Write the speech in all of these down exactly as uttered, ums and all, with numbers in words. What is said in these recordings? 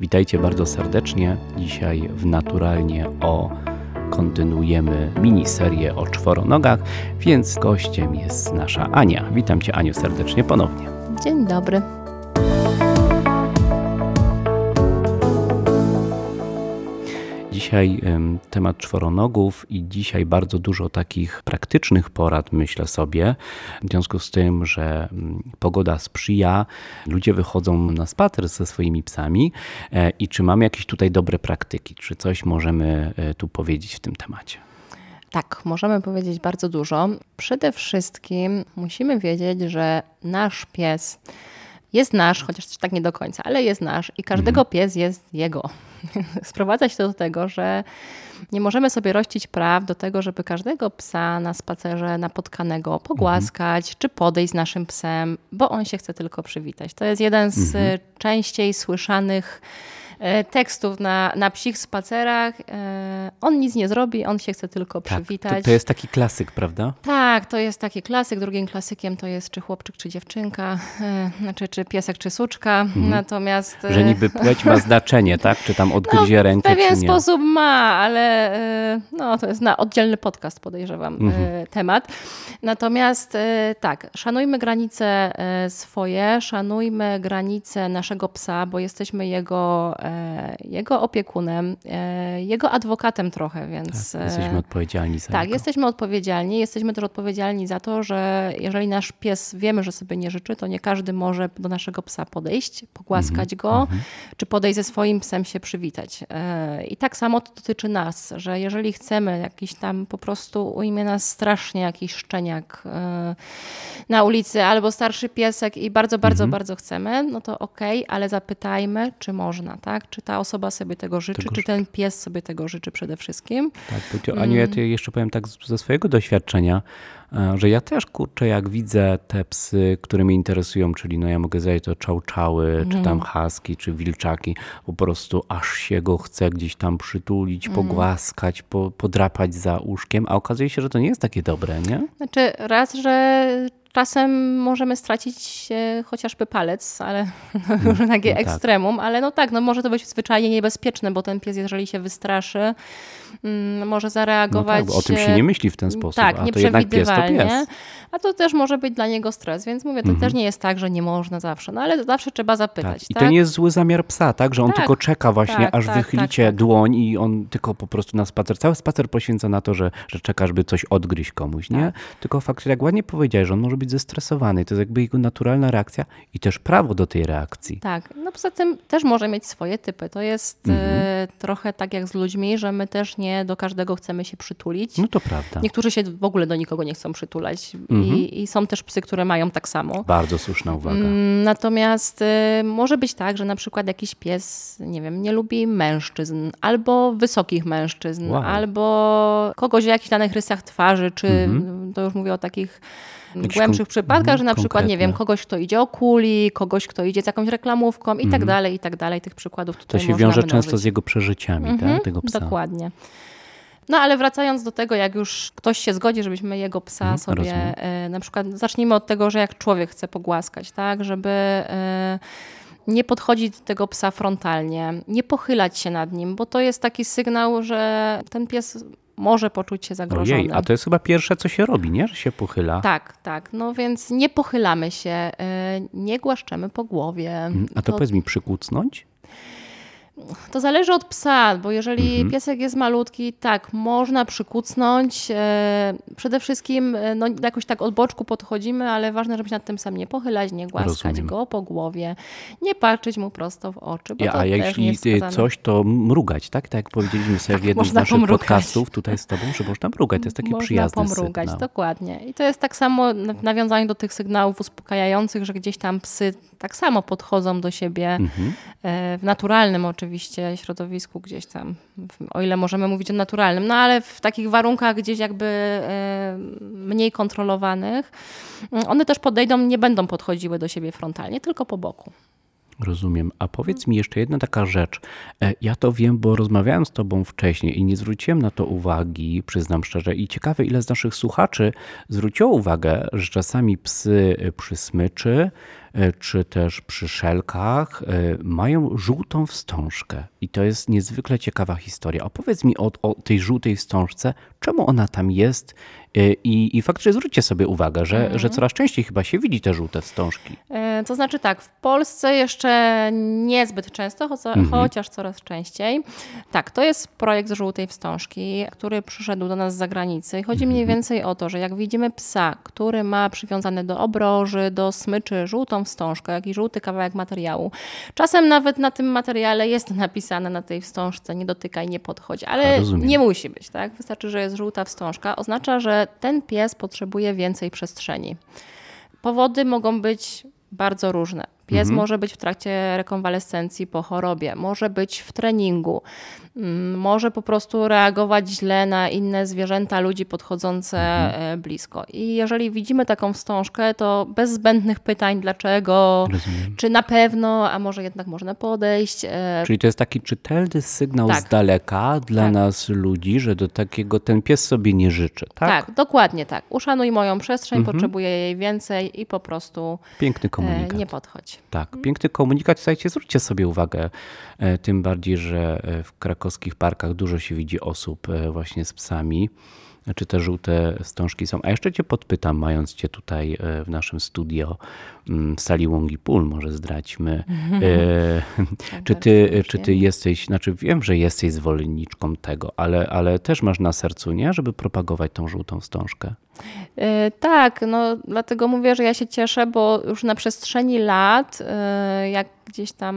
Witajcie bardzo serdecznie. Dzisiaj w Naturalnie O kontynuujemy miniserię o czworonogach, więc gościem jest nasza Ania. Witam Cię, Aniu, serdecznie ponownie. Dzień dobry. Dzisiaj um, temat czworonogów i dzisiaj bardzo dużo takich praktycznych porad, myślę sobie, w związku z tym, że um, pogoda sprzyja, ludzie wychodzą na spacer ze swoimi psami e, i czy mamy jakieś tutaj dobre praktyki, czy coś możemy e, tu powiedzieć w tym temacie? Tak, możemy powiedzieć bardzo dużo. Przede wszystkim musimy wiedzieć, że nasz pies jest nasz, chociaż tak nie do końca, ale jest nasz i każdego mhm. pies jest jego. Sprowadza się to do tego, że nie możemy sobie rościć praw do tego, żeby każdego psa na spacerze napotkanego pogłaskać, mhm. czy podejść z naszym psem, bo on się chce tylko przywitać. To jest jeden z mhm. częściej słyszanych tekstów na, na psich spacerach. On nic nie zrobi, on się chce tylko tak, przywitać. To, to jest taki klasyk, prawda? Tak, to jest taki klasyk. Drugim klasykiem to jest czy chłopczyk, czy dziewczynka, znaczy czy piesek, czy suczka. Mhm. Natomiast... Że niby płeć ma znaczenie, tak? Czy tam odgryzie no, rękę, w pewien czy nie? sposób ma, ale no, to jest na oddzielny podcast, podejrzewam, mhm. temat. Natomiast tak, szanujmy granice swoje, szanujmy granice naszego psa, bo jesteśmy jego jego opiekunem, jego adwokatem trochę, więc... Tak, jesteśmy odpowiedzialni za Tak, niego. jesteśmy odpowiedzialni. Jesteśmy też odpowiedzialni za to, że jeżeli nasz pies wiemy, że sobie nie życzy, to nie każdy może do naszego psa podejść, pogłaskać mm-hmm, go, mm-hmm. czy podejść ze swoim psem się przywitać. I tak samo to dotyczy nas, że jeżeli chcemy jakiś tam po prostu ujmie nas strasznie jakiś szczeniak na ulicy albo starszy piesek i bardzo, bardzo, mm-hmm. bardzo chcemy, no to okej, okay, ale zapytajmy, czy można, tak? Czy ta osoba sobie tego życzy, tego czy życzy. Ten pies sobie tego życzy przede wszystkim. Tak, bo Aniu, ja jeszcze powiem tak ze swojego doświadczenia, że ja też, kurczę, jak widzę te psy, które mnie interesują, czyli no ja mogę zająć to czał-czały, mm. czy tam husky, czy wilczaki, po prostu aż się go chce gdzieś tam przytulić, mm. pogłaskać, po, podrapać za uszkiem, a okazuje się, że to nie jest takie dobre, nie? Znaczy raz, że czasem możemy stracić e, chociażby palec, ale no, już takie no ekstremum, tak. ale no tak, no może to być zwyczajnie niebezpieczne, bo ten pies, jeżeli się wystraszy, mm, może zareagować... No tak, bo o tym się nie myśli w ten sposób, tak, a to jednak pies to pies. A to też może być dla niego stres, więc mówię, to mhm. też nie jest tak, że nie można zawsze, no ale zawsze trzeba zapytać. Tak. I tak? to nie jest zły zamiar psa, tak, że on tak, tylko czeka właśnie, tak, aż tak, wychylicie tak, tak. dłoń i on tylko po prostu na spacer, cały spacer poświęca na to, że, że czeka, żeby coś odgryźć komuś, nie? Tak. Tylko faktycznie, jak ładnie powiedziałeś, że on może być zestresowany, to jest jakby jego naturalna reakcja i też prawo do tej reakcji. Tak, no poza tym też może mieć swoje typy. To jest mhm. e, trochę tak jak z ludźmi, że my też nie do każdego chcemy się przytulić. No to prawda. Niektórzy się w ogóle do nikogo nie chcą przytulać mhm. I, i są też psy, które mają tak samo. Bardzo słuszna uwaga. Natomiast e, może być tak, że na przykład jakiś pies, nie wiem, nie lubi mężczyzn, albo wysokich mężczyzn, wow. albo kogoś o jakichś danych rysach twarzy, czy mhm. to już mówię o takich głębszych przypadkach, że na przykład, konkretne. nie wiem, kogoś, kto idzie o kuli, kogoś, kto idzie z jakąś reklamówką i mm. tak dalej, i tak dalej. Tych przykładów tutaj można To się wiąże mnożyć. Często z jego przeżyciami, mm-hmm, tak? Tego psa. Dokładnie. No ale wracając do tego, jak już ktoś się zgodzi, żebyśmy jego psa mm, sobie, e, na przykład zacznijmy od tego, że jak człowiek chce pogłaskać, tak, żeby... E, nie podchodzić do tego psa frontalnie, nie pochylać się nad nim, bo to jest taki sygnał, że ten pies może poczuć się zagrożony. Ojej, a to jest chyba pierwsze, co się robi, nie? Że się pochyla. Tak, tak. No więc nie pochylamy się, nie głaszczemy po głowie. A to, to... powiedz mi, przykucnąć? To zależy od psa, bo jeżeli mhm. piesek jest malutki, tak, można przykucnąć. Przede wszystkim no, jakoś tak od boczku podchodzimy, ale ważne, żeby się nad tym psem nie pochylać, nie głaskać Rozumiem. go po głowie, nie patrzeć mu prosto w oczy. Bo ja, to a też jeśli nie jest coś, to mrugać, tak? Tak jak powiedzieliśmy sobie tak, w jednym z naszych pomrugać. podcastów tutaj z tobą, że można mrugać. To jest taki można przyjazny pomrugać, sygnał. dokładnie. I to jest tak samo w nawiązaniu do tych sygnałów uspokajających, że gdzieś tam psy tak samo podchodzą do siebie mhm. w naturalnym oczywiście środowisku gdzieś tam, o ile możemy mówić o naturalnym, no ale w takich warunkach gdzieś jakby mniej kontrolowanych, one też podejdą, nie będą podchodziły do siebie frontalnie, tylko po boku. Rozumiem. A powiedz mi jeszcze jedna taka rzecz. Ja to wiem, bo rozmawiałem z tobą wcześniej i nie zwróciłem na to uwagi, przyznam szczerze. I ciekawe, ile z naszych słuchaczy zwróciło uwagę, że czasami psy przy smyczy czy też przy szelkach mają żółtą wstążkę. I to jest niezwykle ciekawa historia. Opowiedz mi o, o tej żółtej wstążce, czemu ona tam jest i, i faktycznie zwróćcie sobie uwagę, że, mm. że coraz częściej chyba się widzi te żółte wstążki. To znaczy tak, w Polsce jeszcze niezbyt często, cho- mm-hmm. chociaż coraz częściej. Tak, to jest projekt żółtej wstążki, który przyszedł do nas z zagranicy. I chodzi mm-hmm. mniej więcej o to, że jak widzimy psa, który ma przywiązany do obroży, do smyczy żółtą wstążkę, jakiś żółty kawałek materiału. Czasem nawet na tym materiale jest napisane na tej wstążce nie dotykaj, nie podchodź, ale nie musi być, tak? Wystarczy, że jest żółta wstążka. Oznacza, że ten pies potrzebuje więcej przestrzeni. Powody mogą być bardzo różne. Pies mhm. może być w trakcie rekonwalescencji po chorobie, może być w treningu, może po prostu reagować źle na inne zwierzęta, ludzi podchodzące mhm. blisko. I jeżeli widzimy taką wstążkę, to bez zbędnych pytań, dlaczego, Rozumiem. czy na pewno, a może jednak można podejść. Czyli to jest taki czytelny sygnał tak. z daleka dla tak. nas ludzi, że do takiego ten pies sobie nie życzy, tak? Tak, dokładnie tak. Uszanuj moją przestrzeń, mhm. potrzebuję jej więcej i po prostu Piękny komunikat. nie podchodź. Tak, piękny komunikat. Słuchajcie, zwróćcie sobie uwagę, tym bardziej, że w krakowskich parkach dużo się widzi osób właśnie z psami, czy te żółte wstążki są. A jeszcze cię podpytam, mając cię tutaj w naszym studio w sali Łągi Pól, może zdradźmy. tak, czy, ty, czy ty jesteś, znaczy wiem, że jesteś zwolenniczką tego, ale, ale też masz na sercu, nie, żeby propagować tą żółtą wstążkę? Yy, tak, no dlatego mówię, że ja się cieszę, bo już na przestrzeni lat, yy, jak gdzieś tam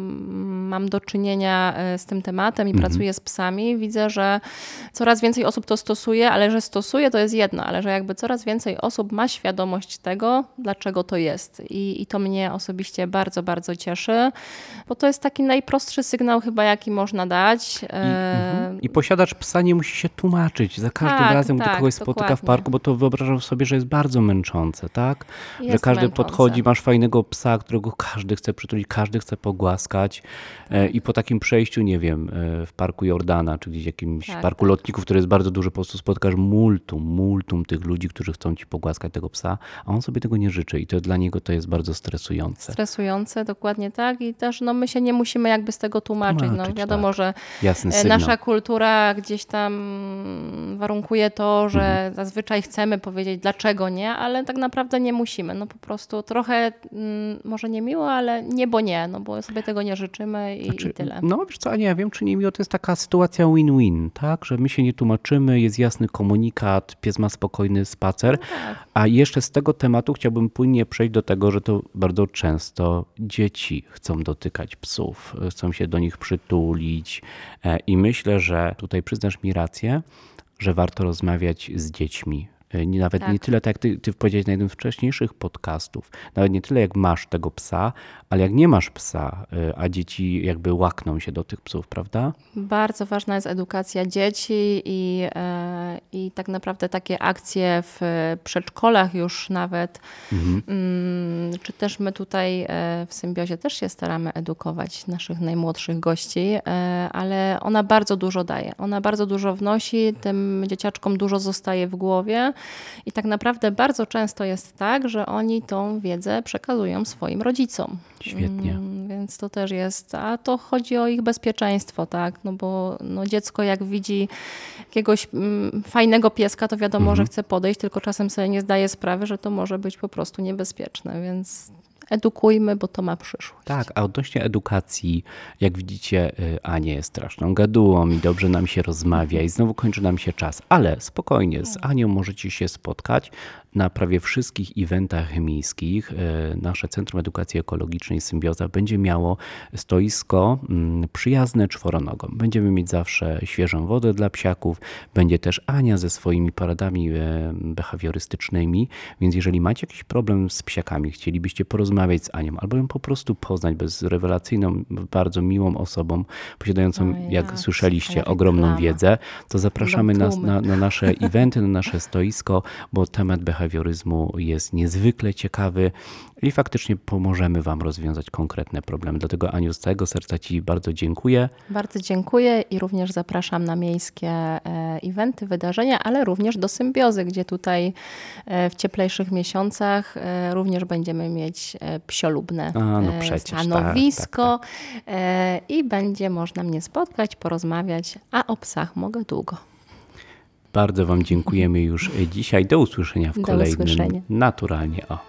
mam do czynienia z tym tematem i mm-hmm. pracuję z psami, widzę, że coraz więcej osób to stosuje, ale że stosuje to jest jedno, ale że jakby coraz więcej osób ma świadomość tego, dlaczego to jest. I, i to mnie osobiście bardzo, bardzo cieszy, bo to jest taki najprostszy sygnał chyba, jaki można dać. I, mm-hmm. I posiadacz psa nie musi się tłumaczyć za każdym tak, razem, tak, gdy kogoś spotyka dokładnie. w parku, bo to wyobrażam sobie, że jest bardzo męczące, tak? Jest że każdy męczące. podchodzi, masz fajnego psa, którego każdy chce przytulić, każdy chce pogłaskać tak. i po takim przejściu, nie wiem, w parku Jordana, czy gdzieś jakimś tak, parku tak. lotników, który jest bardzo duży, po prostu spotkasz multum, multum tych ludzi, którzy chcą ci pogłaskać tego psa, a on sobie tego nie życzy i to dla niego to jest bardzo stresujące. Stresujące, dokładnie tak i też no, my się nie musimy jakby z tego tłumaczyć. tłumaczyć no, wiadomo, tak. że Jasny sygnał. Nasza kultura gdzieś tam warunkuje to, że mhm. zazwyczaj chcemy powiedzieć dlaczego nie, ale tak naprawdę nie musimy. No po prostu trochę mm, może nie miło, ale nie, bo nie, no bo sobie tego nie życzymy i, znaczy, i tyle. No wiesz co, a nie wiem, czy nie miło, to jest taka sytuacja win-win, tak? Że my się nie tłumaczymy, jest jasny komunikat, pies ma spokojny spacer, no tak. a jeszcze z tego tematu chciałbym płynnie przejść do tego, że to bardzo często dzieci chcą dotykać psów, chcą się do nich przytulić i myślę, że tutaj przyznasz mi rację, że warto rozmawiać z dziećmi. Nawet tak. nie tyle, tak jak ty, ty powiedziałeś na jednym z wcześniejszych podcastów, nawet nie tyle jak masz tego psa, ale jak nie masz psa, a dzieci jakby łakną się do tych psów, prawda? Bardzo ważna jest edukacja dzieci i, i tak naprawdę takie akcje w przedszkolach już nawet, mhm. czy też my tutaj w Symbiozie też się staramy edukować naszych najmłodszych gości, ale ona bardzo dużo daje, ona bardzo dużo wnosi, tym dzieciaczkom dużo zostaje w głowie. I tak naprawdę bardzo często jest tak, że oni tą wiedzę przekazują swoim rodzicom. Świetnie. Mm, więc to też jest, a to chodzi o ich bezpieczeństwo, tak? No bo no dziecko jak widzi jakiegoś mm, fajnego pieska, to wiadomo, mhm. że chce podejść, tylko czasem sobie nie zdaje sprawy, że to może być po prostu niebezpieczne, więc edukujmy, bo to ma przyszłość. Tak, a odnośnie edukacji, jak widzicie, Ania jest straszną gadułą i dobrze nam się rozmawia i znowu kończy nam się czas, ale spokojnie, z Anią możecie się spotkać na prawie wszystkich eventach miejskich. Nasze Centrum Edukacji Ekologicznej Symbioza będzie miało stoisko przyjazne czworonogom. Będziemy mieć zawsze świeżą wodę dla psiaków, będzie też Ania ze swoimi poradami behawiorystycznymi, więc jeżeli macie jakiś problem z psiakami, chcielibyście porozmawiać z Anią albo ją po prostu poznać, bez rewelacyjną, bardzo miłą osobą, posiadającą, no jak, jak słyszeliście, ogromną wiedzę, to zapraszamy na, na, na nasze eventy, na nasze stoisko, bo temat behawiorystyczny behawioryzmu jest niezwykle ciekawy i faktycznie pomożemy Wam rozwiązać konkretne problemy. Dlatego Aniu, z całego serca Ci bardzo dziękuję. Bardzo dziękuję i również zapraszam na miejskie eventy, wydarzenia, ale również do Symbiozy, gdzie tutaj w cieplejszych miesiącach również będziemy mieć psiolubne A, no przecież, stanowisko tak, tak, tak. i będzie można mnie spotkać, porozmawiać, a o psach mogę długo. Bardzo Wam dziękujemy już dzisiaj. Do usłyszenia w Do kolejnym usłyszenia. Naturalnie O.